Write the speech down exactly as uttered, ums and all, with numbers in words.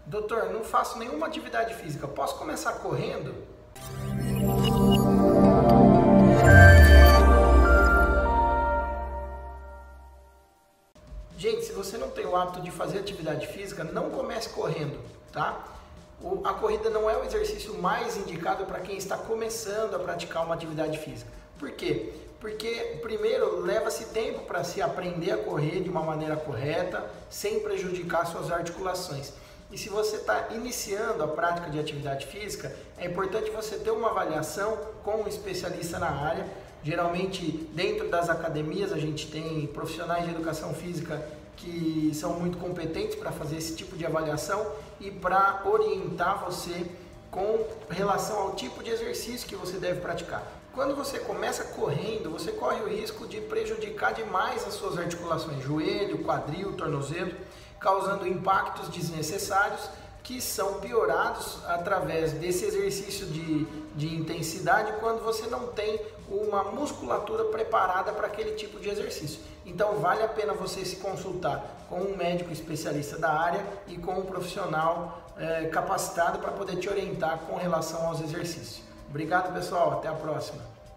Doutor, não faço nenhuma atividade física, posso começar correndo? Gente, se você não tem o hábito de fazer atividade física, não comece correndo, tá? O, a corrida não é o exercício mais indicado para quem está começando a praticar uma atividade física. Por quê? Porque, primeiro, leva-se tempo para se aprender a correr de uma maneira correta, sem prejudicar suas articulações. E se você está iniciando a prática de atividade física, é importante você ter uma avaliação com um especialista na área. Geralmente, dentro das academias, a gente tem profissionais de educação física que são muito competentes para fazer esse tipo de avaliação e para orientar você com relação ao tipo de exercício que você deve praticar. Quando você começa correndo, você corre o risco de prejudicar demais as suas articulações, joelho, quadril, tornozelo, causando impactos desnecessários que são piorados através desse exercício de, de intensidade quando você não tem uma musculatura preparada para aquele tipo de exercício. Então vale a pena você se consultar com um médico especialista da área e com um profissional é, capacitado para poder te orientar com relação aos exercícios. Obrigado, pessoal, até a próxima.